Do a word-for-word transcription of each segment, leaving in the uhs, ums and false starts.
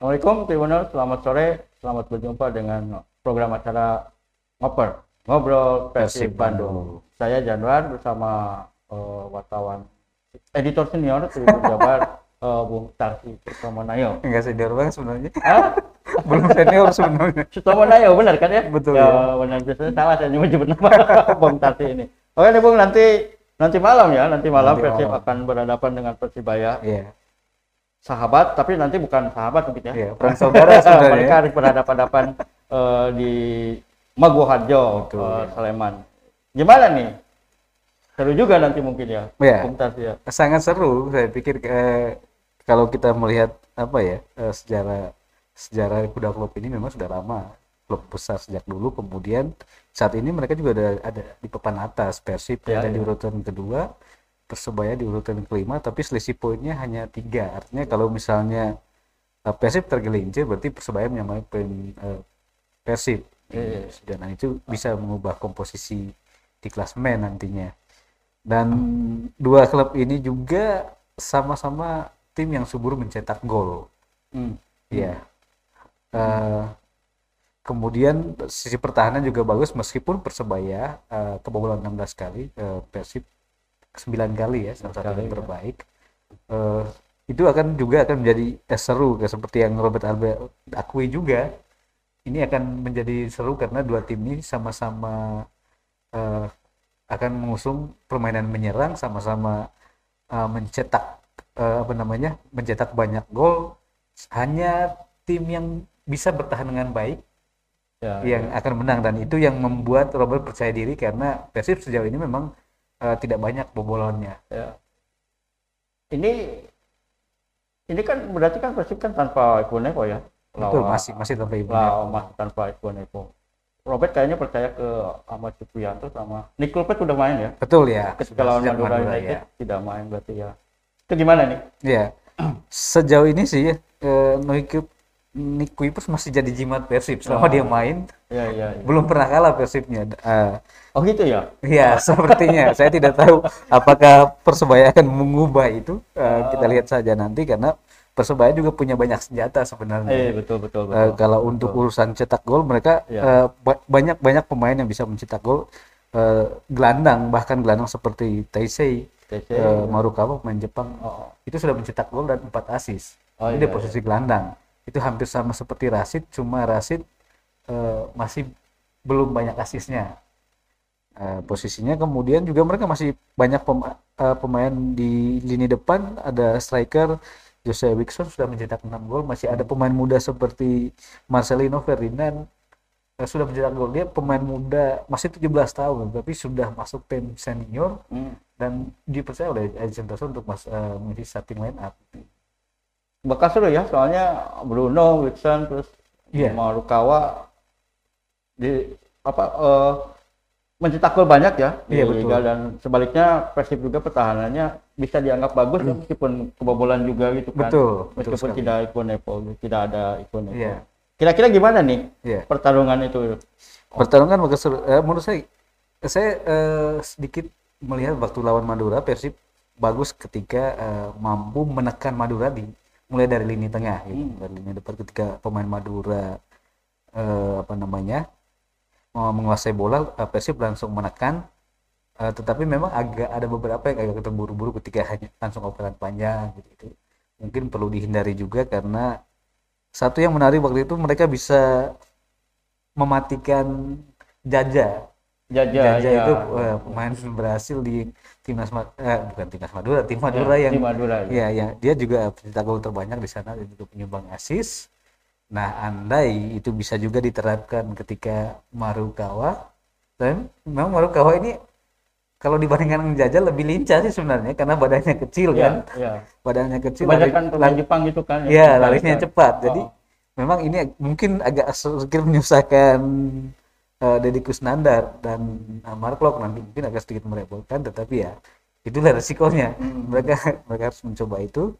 Assalamualaikum Tribuners, selamat sore, selamat berjumpa dengan program acara Ngoper, Ngobrol Persib Persib Bandung. Bandung. Saya Januar bersama eh, wartawan editor senior Tribun Jabar, eh, Bung Tarsi Sutomonayo. Enggak senior banget sebenarnya. Ah, Belum senior sebenarnya. Sutomonayo benar kan ya? Betul ya. ya. Benar, biasanya salah saya nyebut nama Bung Tarsi ini. Oke nih Bung, nanti nanti malam ya, nanti malam Nanti Persib malam. akan berhadapan dengan Persibaya. Iya, Sahabat, tapi nanti bukan sahabat mungkin ya. iya, perang saudara sebenarnya. Mereka harus berhadapan-hadapan eh, di Maguwo Harjo, Betul, eh, ya. Sleman. Gimana nih? Seru juga nanti mungkin ya. Iya. Bung Tas ya. Sangat seru saya pikir eh, kalau kita melihat apa ya, eh, sejarah sejarah kuda klub ini memang sudah lama. Klub besar sejak dulu, kemudian saat ini mereka juga ada ada di papan atas. Persib Ya, ada di ya. urutan kedua, Persebaya di urutan kelima, tapi selisih poinnya hanya tiga. Artinya kalau misalnya eh, Persib tergelincir, berarti Persebaya menyamai poin eh, Persib. Iya. Dan itu bisa mengubah komposisi di klasemen nantinya. Dan dua klub ini juga sama-sama tim yang subur mencetak gol. Hmm. Ya. Eh, kemudian sisi pertahanan juga bagus meskipun Persebaya eh, kebobolan enam belas kali, eh, Persib sembilan kali ya, salah satu Kali, yang ya. terbaik. Eh, itu akan juga akan menjadi eh, seru kayak seperti yang Robert Albert akui juga. Ini akan menjadi seru karena dua tim ini sama-sama eh, akan mengusung permainan menyerang, sama-sama eh, mencetak eh, apa namanya mencetak banyak gol. Hanya tim yang bisa bertahan dengan baik Ya, yang ya. akan menang, dan itu yang membuat Robert percaya diri karena Persib sejauh ini memang eh, tidak banyak bobolannya. Ya. Ini ini kan berarti kan Persib kan tanpa Ikuneko ya. Betul, Lawan masih masih tanpa ibu lawan masih tanpa Ikuneko. Robert kayaknya percaya ke Ahmad Supriyanto sama Nick Kulpet udah main ya. Betul ya. Ketika lawan Sejak Madura Madura, United ya. tidak main berarti ya. Itu gimana nih? Ya, sejauh ini sih eh, Nick Nick Kuipers masih jadi jimat Persib selama Oh. dia main, Ya, ya, ya. belum pernah kalah Persibnya. Eh, Oh gitu ya. ya sepertinya saya tidak tahu apakah Persebaya akan mengubah itu. Eh, kita lihat saja nanti karena Persebaya juga punya banyak senjata sebenarnya. Eh betul betul Eh, betul. kalau Betul. untuk urusan cetak gol mereka Ya. eh, ba- banyak banyak pemain yang bisa mencetak gol. Eh, gelandang, bahkan gelandang seperti Taisei, T C, eh, Marukawa pemain Jepang, Oh, itu sudah mencetak gol dan empat assist. Oh, Ini iya, di posisi gelandang. Itu hampir sama seperti Rashid, cuma Rashid eh, masih belum banyak assistnya. Eh, posisinya kemudian juga mereka masih banyak pema- eh, pemain di lini depan. Ada striker Jose Wilson sudah mencetak enam gol, masih ada pemain muda seperti Marcelino Ferdinand eh, sudah mencetak gol. Dia pemain muda masih tujuh belas tahun tapi sudah masuk tim senior hmm. dan dipercaya oleh Aji Santoso untuk mas, eh, menjadi starting line up. Bakal seru ya, soalnya Bruno, Wilson, terus Iya. Marukawa di apa eh, mencetak gol banyak ya di Iya, betul. Liga, dan sebaliknya Persib juga pertahanannya bisa dianggap bagus ya, meskipun kebobolan juga gitu kan. Betul, betul Meskipun sekali. tidak Ikuneko, tidak ada Ikuneko. Iya. Kira-kira gimana nih Iya. pertarungan itu? Pertarungan bakal seru. Eh, menurut saya, saya eh, sedikit melihat waktu lawan Madura, Persib bagus ketika eh, mampu menekan Madura di mulai dari lini tengah, gitu. Hmm. Dari lini depan ketika pemain Madura eh, apa namanya mau menguasai bola, eh, Persib langsung menekan. Eh, tetapi memang agak ada beberapa yang agak terburu-buru ketika hanya langsung operan panjang, gitu. Itu mungkin perlu dihindari juga karena satu yang menarik waktu itu mereka bisa mematikan Jaja. Jaja, Jaja ya. itu eh, pemain berhasil di timnas Ma- eh, bukan timnas Madura, tim Madura Ya, yang tim Madura, ya. ya, ya dia juga pencetak gol terbanyak di sana dan juga penyumbang assist. Nah, andai itu bisa juga diterapkan ketika Marukawa, dan memang Marukawa ini kalau dibandingkan dengan Jaja lebih lincah sih sebenarnya karena badannya kecil Ya, kan, ya. badannya kecil, Kebanyakan lari- pemain lari- Jepang gitu kan. ya yang larinya dibalikan. cepat. Jadi Oh. memang ini ag- mungkin agak sedikit menyusahkan uh, Deddy Kusnandar dan uh, Mark Locke, nanti mungkin agak sedikit merepotkan, tetapi ya itulah resikonya. mereka mereka harus mencoba itu.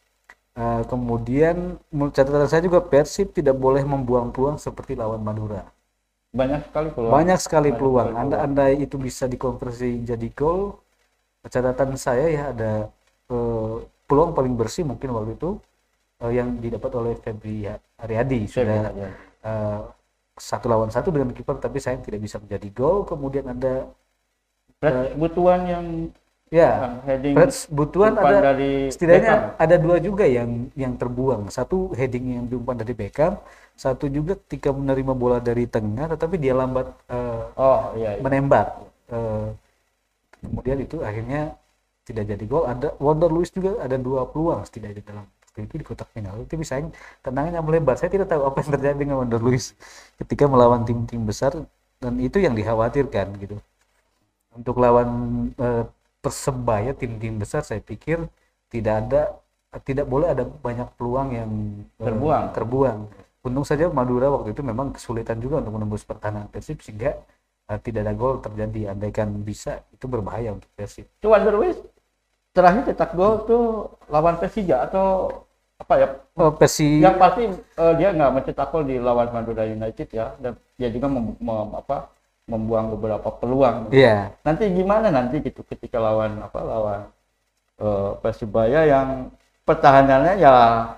Uh, kemudian menurut catatan saya juga Persib tidak boleh membuang peluang seperti lawan Madura. Banyak sekali peluang. Banyak sekali Banyak peluang. sekali Anda anda itu bisa dikonversi jadi gol. Catatan saya ya ada eh, peluang paling bersih mungkin waktu itu uh, yang didapat oleh Febri Haryadi Febri sudah Haryadi. uh, satu lawan satu dengan kiper, tapi sayang tidak bisa menjadi gol. Kemudian ada Freds Butuan yang ya heading Freds Butuan umpan ada dari setidaknya Beckham. ada dua juga yang yang terbuang. Satu heading yang diumpan dari Beckham, satu juga ketika menerima bola dari tengah tetapi dia lambat uh, Oh iya, iya. menembak. Uh, kemudian itu akhirnya tidak jadi gol. Ada Wonder Luis juga ada dua peluang setidaknya dalam itu di kotak penalti, tapi sayang tendangannya melebar. Saya tidak tahu apa yang terjadi dengan Wonder Luis ketika melawan tim-tim besar, dan itu yang dikhawatirkan gitu. Untuk lawan uh, Persebaya, tim-tim besar, saya pikir tidak ada tidak boleh ada banyak peluang yang uh, Terbuang. terbuang. Untung saja Madura waktu itu memang kesulitan juga untuk menembus pertahanan Persib sehingga uh, tidak ada gol terjadi. Andaikan bisa, itu berbahaya untuk Persib. Itu Wonder Luis terakhir cetak gol tuh lawan Persija atau apa ya? Uh, Persi Yang pasti uh, dia nggak mencetak gol di lawan Madura United ya, dan dia juga mem, mem- apa, membuang beberapa peluang. Iya. Yeah. Nanti gimana nanti gitu ketika lawan apa lawan uh, Persibaya yang pertahanannya ya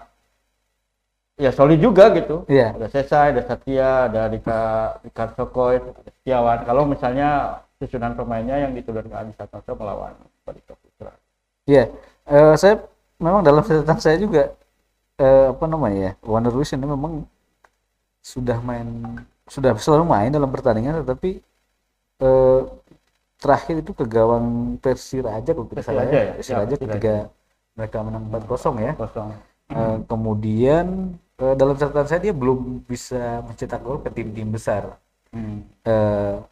ya solid juga gitu. Iya. Ada Sesai, ada Satya, ada Rika Rika Sokoy, ada Setiawan. Kalau misalnya susunan pemainnya yang diturunkan Adi Satnoto melawan Barito Putra. Iya. Uh, saya memang dalam catatan saya juga uh, apa namanya ya, Wonder Luis ini memang sudah main sudah selalu main dalam pertandingan, tetapi uh, terakhir itu ke gawang Persiraja kalau tidak salah ya. Persiraja ketika mereka menang empat kosong ya. Kosong. Uh, kemudian uh, dalam catatan saya dia belum bisa mencetak gol ke tim-tim besar. Hmm. Uh,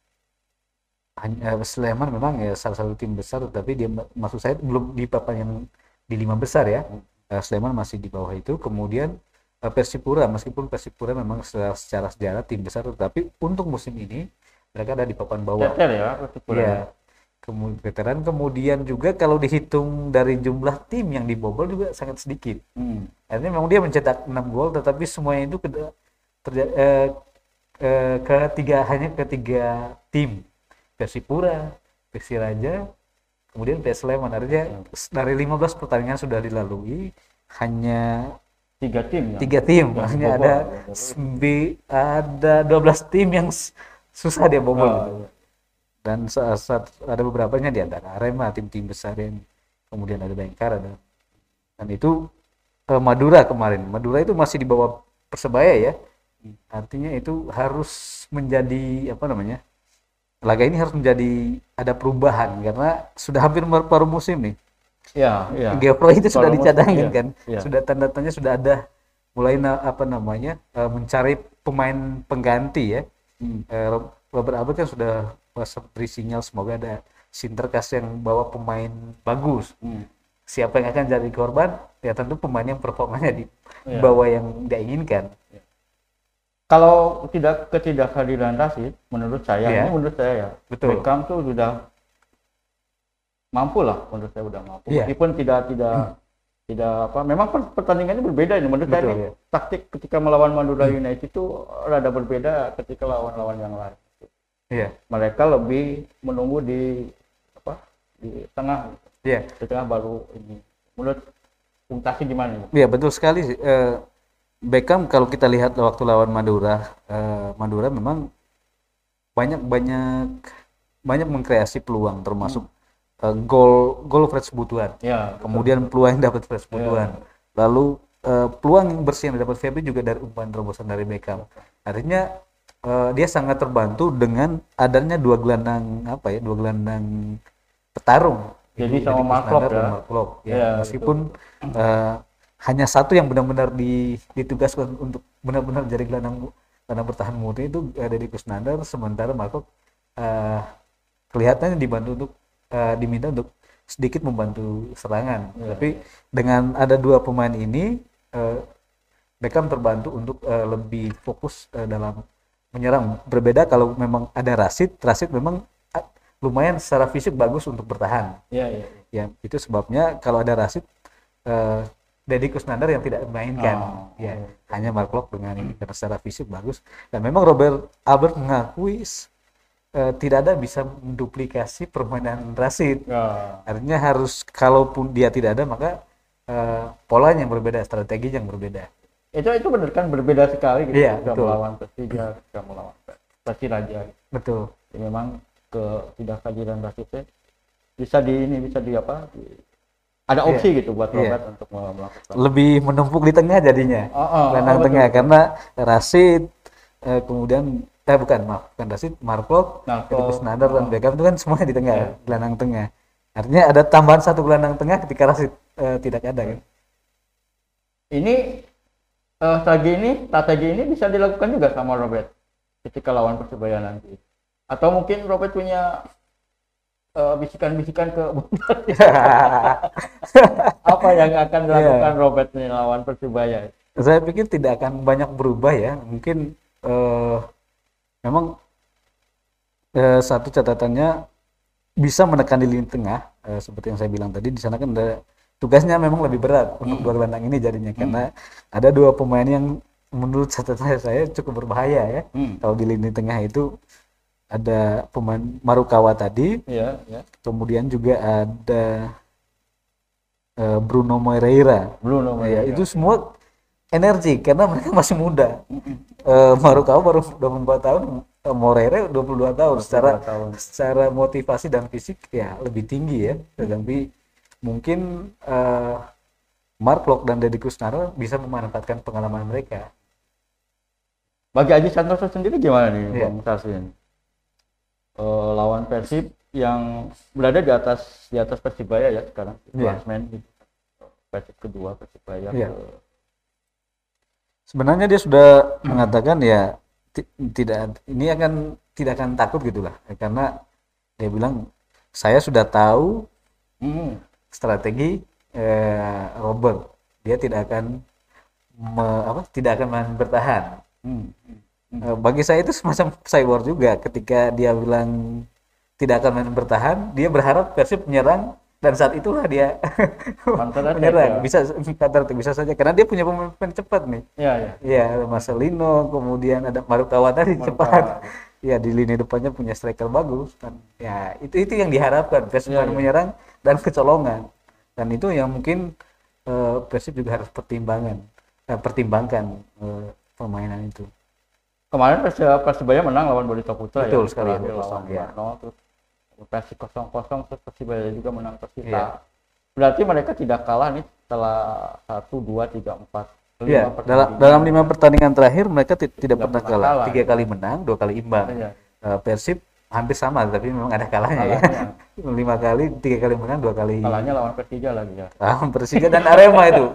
hanya Sleman memang ya salah satu tim besar, tetapi dia maksud saya belum di papan yang di lima besar ya. Uh, Sleman masih di bawah itu. Kemudian uh, Persipura, meskipun Persipura memang secara, secara sejarah tim besar, tetapi untuk musim ini mereka ada di papan bawah. Teter ya Persipura. Ya. Kemudian veteran, kemudian juga kalau dihitung dari jumlah tim yang dibobol juga sangat sedikit. Hmm. Artinya memang dia mencetak enam gol, tetapi semuanya itu ke terja- eh, eh, ketiga hanya ketiga tim, Persipura, Persiraja, kemudian P S Sleman. Artinya dari lima belas pertandingan sudah dilalui hanya tiga tim. Tiga tim, maksudnya ada sembi, ada dua belas tim yang susah dia bobol. Oh, gitu. Dan saat, saat ada beberapanya di antara Arema, tim-tim besar yang kemudian ada Bayangkara, dan, dan itu eh, Madura kemarin. Madura itu masih di bawah Persebaya ya. Artinya itu harus menjadi apa namanya? Laga ini harus menjadi ada perubahan karena sudah hampir paruh musim nih. Ya, ya. Geopro itu sudah Paruh dicadangin musim, kan. ya. Sudah tanda-tandanya sudah ada mulai na, apa namanya? Uh, mencari pemain pengganti ya. Hmm. Uh, Robert Albert kan sudah beri sinyal semoga ada Sinterkas yang bawa pemain bagus. Hmm. Siapa yang akan jadi korban? Ya tentu pemain yang performanya di ya. bawah yang dia inginkan. Ya. Kalau tidak ketidakhadiran Rashid, menurut saya, ya. ini menurut saya ya, betul. Beckham tuh sudah mampu lah, menurut saya sudah mampu. Ya. Meskipun tidak tidak hmm. tidak apa, memang pertandingannya berbeda ini menurut betul, saya. Ya. Taktik ketika melawan Madura hmm. United itu rada berbeda ketika lawan-lawan yang lain. Iya. Mereka lebih menunggu di apa di tengah. Iya. Di tengah baru ini. Menurut Bung Tasik gimana? Iya betul sekali. Uh, Beckham kalau kita lihat waktu lawan Madura, uh, Madura memang banyak banyak banyak mengkreasi peluang, termasuk hmm. uh, gol gol Freds Butuan. Ya. Kemudian betul. Peluang yang dapat Freds Butuan. Ya. Lalu uh, peluang yang bersih yang dapat Febri juga dari umpan terobosan dari Beckham. Artinya Uh, dia sangat terbantu dengan adanya dua gelandang apa ya dua gelandang petarung. Jadi sama Mark Klok ya. Klok, ya, ya meskipun uh, hanya satu yang benar-benar di, ditugaskan untuk benar-benar jadi gelandang gelandang bertahan murni itu ada di Kusnandar, sementara Mark Klok uh, kelihatannya dibantu untuk uh, diminta untuk sedikit membantu serangan. Ya. Tapi dengan ada dua pemain ini uh, Beckham terbantu untuk uh, lebih fokus uh, dalam menyerang. Berbeda kalau memang ada Rashid, Rashid memang lumayan secara fisik bagus untuk bertahan. Iya, iya. Ya, itu sebabnya kalau ada Rashid, uh, Deddy Kusnandar yang tidak memainkan. Oh, ya, oh. Hanya Mark Klok dengan ini karena secara fisik bagus. Dan memang Robert Albert mengakui uh, tidak ada bisa menduplikasi permainan Rashid. Oh. Artinya harus kalaupun dia tidak ada maka uh, polanya yang berbeda, strategi yang berbeda. Itu itu benar kan berbeda sekali gitu. Iya, Ketika betul. melawan Persija, ketika melawan Persiraja. Betul. Ya, memang ketidakhadiran Rasitnya bisa di ini bisa di apa? Di, ada opsi Iya. gitu buat Iya. Robert untuk melakukan. Lebih menumpuk di tengah jadinya. Oh, oh, Gelandang oh, betul, tengah betul. karena Rashid eh, kemudian eh bukan maaf bukan Rashid, Marco, Marco, Felipe Sneijder dan oh. Beckham itu kan semuanya di tengah, Iya. gelandang tengah. Artinya ada tambahan satu gelandang tengah ketika Rashid eh, tidak ada kan. Ini eh, strategi ini strategi ini bisa dilakukan juga sama Robert ketika lawan Persebaya nanti. Atau mungkin Robert punya eh, bisikan-bisikan ke apa yang akan dilakukan Iya. Robert nih lawan Persebaya? Saya pikir tidak akan banyak berubah ya. Mungkin eh, memang eh, satu catatannya bisa menekan di lini tengah eh, seperti yang saya bilang tadi, di sana kan ada tugasnya memang lebih berat untuk dua gelandang ini jadinya karena ada dua pemain yang menurut catatan saya cukup berbahaya ya. Hmm. Kalau di lini tengah itu ada pemain Marukawa tadi, Iya, ya. kemudian juga ada eh, Bruno Moreira. Bruno Ya, Moreira. itu semua energi karena mereka masih muda. Eh, Marukawa baru dua puluh empat tahun, eh, Moreira dua puluh dua tahun. Secara tahun. secara motivasi dan fisik ya lebih tinggi ya. Tetapi mungkin eh, Mark Locke dan Deddy Kusnandar bisa memanfaatkan pengalaman mereka. Bagi Aji Santoso sendiri gimana nih, Iya. Bang Taswin? Eh, lawan Persib yang berada di atas di atas Persibaya ya sekarang, Iya. klasmen gitu. Persib kedua, Persibaya Iya. ke Sebenarnya dia sudah mengatakan ya ti- tidak ini akan tidak akan takut gitulah karena dia bilang saya sudah tahu Hmm. strategi eh, Robert, dia tidak akan me- apa tidak akan main bertahan. Hmm. Eh, bagi saya itu semacam cyber juga ketika dia bilang tidak akan main bertahan, dia berharap Persib menyerang dan saat itulah dia Counter attack menyerang. ya? Bisa counter attack, bisa saja karena dia punya pemain cepat nih. Iya, ya. Iya, ada Marcelino, kemudian ada Marukawa tadi Marukawa. cepat. Ya, di lini depannya punya striker bagus kan. Ya, itu itu yang diharapkan Persib Iya, main iya. menyerang dan kecolongan. Dan itu yang mungkin eh, Persib juga harus pertimbangan eh, pertimbangkan eh, permainan itu. Kemarin Persib- Persibaya menang lawan Barito Putra Betul ya. sekali, Terakhir dua kosong, lawan ya. Barno, terus Persib kosong kosong, terus Persibaya juga menang Persita. Iya. Berarti mereka tidak kalah nih setelah satu, dua, tiga, empat, Iya, lima dalam pertandingan. dalam lima pertandingan terakhir mereka ti- tidak Tidak pernah pernah kalah. kalah, Tiga ya. kali menang, dua kali imbang. Iya. Eh, Persib hampir sama, tapi memang ada kalahnya ya. Kalahnya. Lima kali, tiga kali menang, dua kali. Kalahnya lawan Persija lagi ya. Ah, Persija dan Arema itu.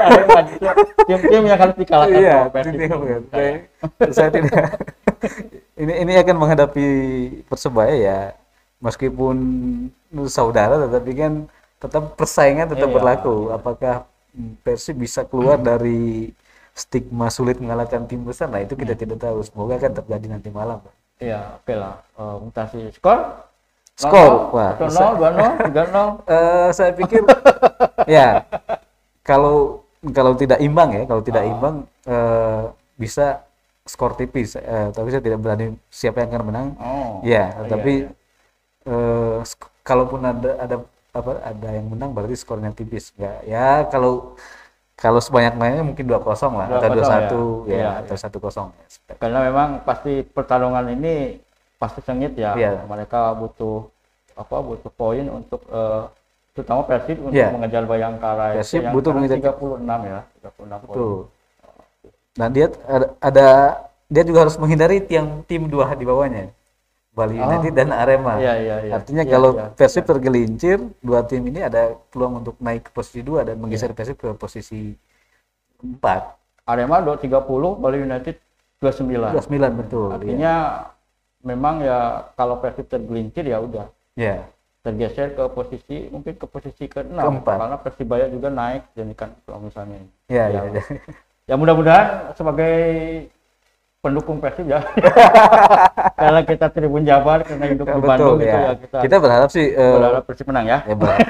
Tim-tim yang harus dikalahkan Iya, sama Persib. ini kan. Saya, saya tidak. ini ini akan menghadapi Persebaya ya, meskipun saudara, tetapi kan tetap persaingan tetap Iya, berlaku. iya. Apakah mm, Persib bisa keluar dari stigma sulit mengalahkan tim besar? Nah, itu kita tidak tahu. Semoga akan terjadi nanti malam. Iya, oke lah. Eh, mutasi skor? Skor, wah, satu nol, dua nol, tiga nol. Eh, saya pikir ya kalau kalau tidak imbang ya, kalau tidak Ah. imbang eh, bisa skor tipis. Eh, tapi saya tidak berani siapa yang akan menang. Oh. Ya, iya, tapi iya. eh, sk- kalaupun ada ada apa ada yang menang berarti skornya tipis. Enggak. Ya kalau kalau sebanyak mainnya mungkin dua kosong lah dua atau dua kosong satu ya. ya, Iya, atau iya. satu kosong. Karena memang pasti pertarungan ini pasti sengit ya. Iya. Mereka butuh apa? Butuh poin untuk eh, terutama Persib untuk Iya. mengejar Bayangkara itu Persib yang butuh sekarang mengejar- tiga puluh enam ya, tiga puluh enam poin. Betul. Nah, dia ada, ada dia juga harus menghindari yang tim dua di bawahnya. Bali Oh. United dan Arema. Iya, iya, iya. Artinya Iya, kalau iya, Persib iya. tergelincir, dua tim ini ada peluang untuk naik ke posisi dua dan menggeser Iya. Persib ke posisi empat. Arema dua tiga puluh, Bali United dua sembilan. dua sembilan betul. Artinya memang ya kalau Persib tergelincir ya udah ya. tergeser ke posisi mungkin ke posisi keenam Keempat. karena Persibaya juga naik jadi kan kalau misalnya ini. Ya, Ya. ya, ya. Ya mudah-mudahan sebagai pendukung Persib ya karena kita Tribun Jabar karena hidup Ya, di betul Bandung gitu ya. ya kita, Kita berharap sih eh, berharap Persib menang ya. ya berharap.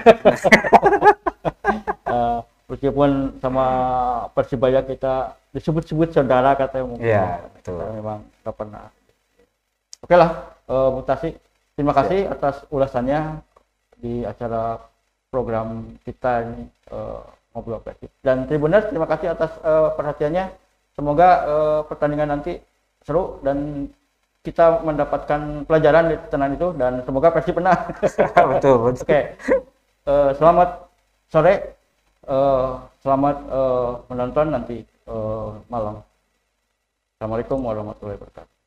Eh, meskipun sama Persibaya kita disebut-sebut saudara katanya mungkin. Iya, betul. Kita memang nggak pernah. Oke lah, eh, Mutasi. Terima kasih atas ulasannya di acara program kita ini, eh, ngobrol Persib. Dan Tribuners, terima kasih atas uh, perhatiannya. Semoga uh, pertandingan nanti seru dan kita mendapatkan pelajaran di pertandingan itu dan semoga Persib menang. Betul, betul. Oke, okay. uh, selamat sore, uh, selamat uh, menonton nanti uh, malam. Assalamualaikum warahmatullahi wabarakatuh.